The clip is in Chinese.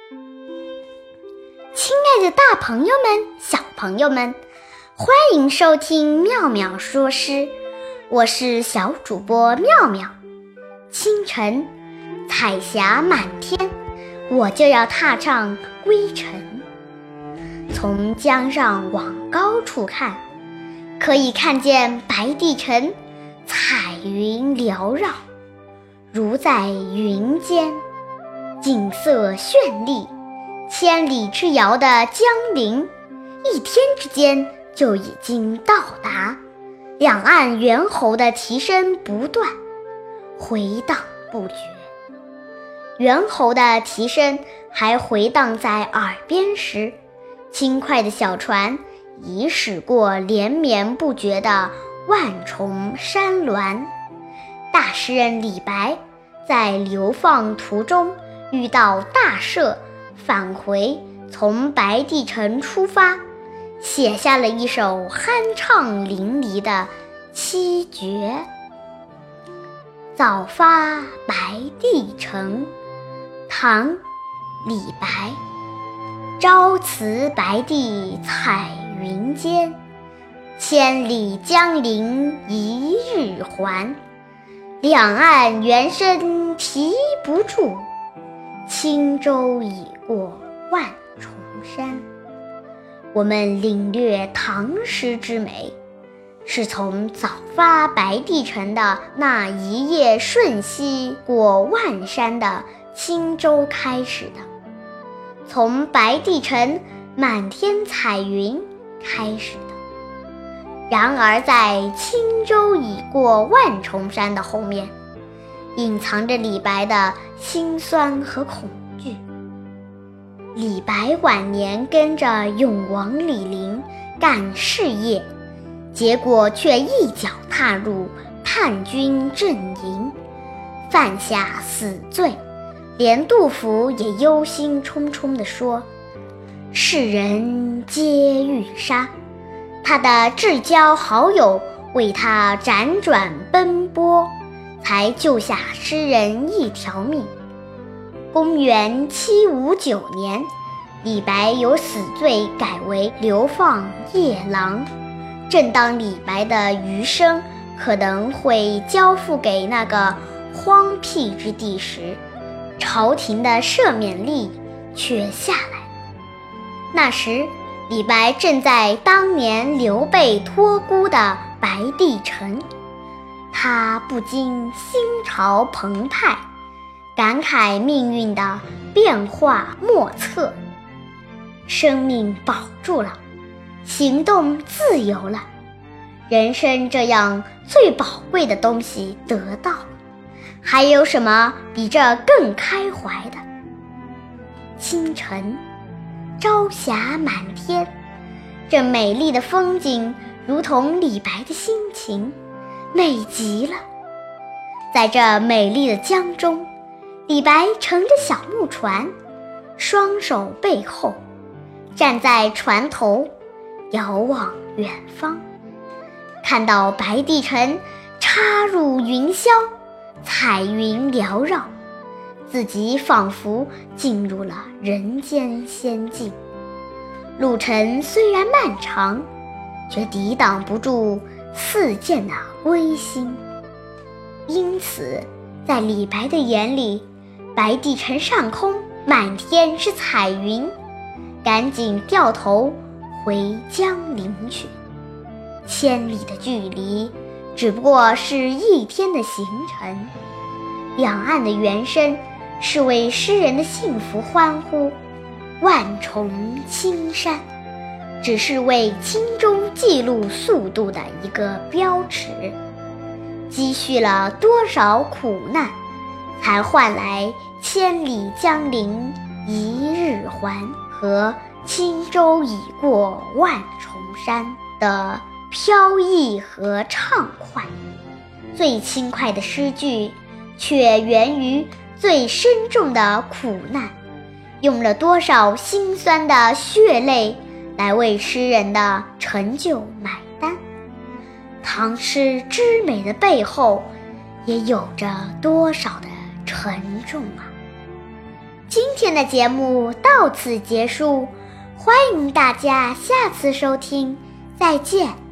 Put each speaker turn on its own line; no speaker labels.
亲爱的大朋友们、小朋友们，欢迎收听妙妙说诗，我是小主播妙妙。清晨，彩霞满天，我就要踏上归程。从江上往高处看，可以看见白帝城，彩云缭绕，如在云间，景色绚丽。千里之遥的江陵，一天之间就已经到达，两岸猿猴的啼声不断，回荡不绝。猿猴的啼声还回荡在耳边时，轻快的小船已驶过连绵不绝的万重山峦。大诗人李白在流放途中遇到大赦，返回，从白帝城出发，写下了一首酣畅淋漓的七绝。早发白帝城，唐·李白。朝辞白帝彩云间，千里江陵一日还。两岸猿声啼不住，轻舟已过万重山。我们领略唐诗之美，是从早发白帝城的那一夜瞬息过万山的轻舟开始的，从白帝城满天彩云开始的。然而在轻舟已过万重山的后面，隐藏着李白的辛酸和恐惧。李白晚年跟着永王李璘干事业，结果却一脚踏入叛军阵营，犯下死罪。连杜甫也忧心忡忡地说：世人皆欲杀。他的至交好友为他辗转奔波，才救下诗人一条命。公元759年，李白由死罪改为流放夜郎。正当李白的余生可能会交付给那个荒僻之地时，朝廷的赦免令却下来了。那时李白正在当年刘备托孤的白帝城，他不禁心潮澎湃，感慨命运的变化莫测。生命保住了，行动自由了，人生这样最宝贵的东西得到了，还有什么比这更开怀的？清晨，朝霞满天，这美丽的风景如同李白的心情，美极了。在这美丽的江中，李白乘着小木船，双手背后，站在船头，遥望远方，看到白帝城插入云霄，彩云缭绕，自己仿佛进入了人间仙境。路程虽然漫长，却抵挡不住似箭的归心。因此在李白的眼里，白帝城上空满天是彩云，赶紧掉头回江陵去。千里的距离只不过是一天的行程，两岸的猿声是为诗人的幸福欢呼，万重青山只是为轻舟记录速度的一个标尺。积蓄了多少苦难，才换来千里江陵一日还和轻舟已过万重山的飘逸和畅快。最轻快的诗句却源于最深重的苦难，用了多少辛酸的血泪来为诗人的成就买单。唐诗之美的背后，也有着多少的沉重啊！ 今天的节目到此结束，欢迎大家下次收听，再见。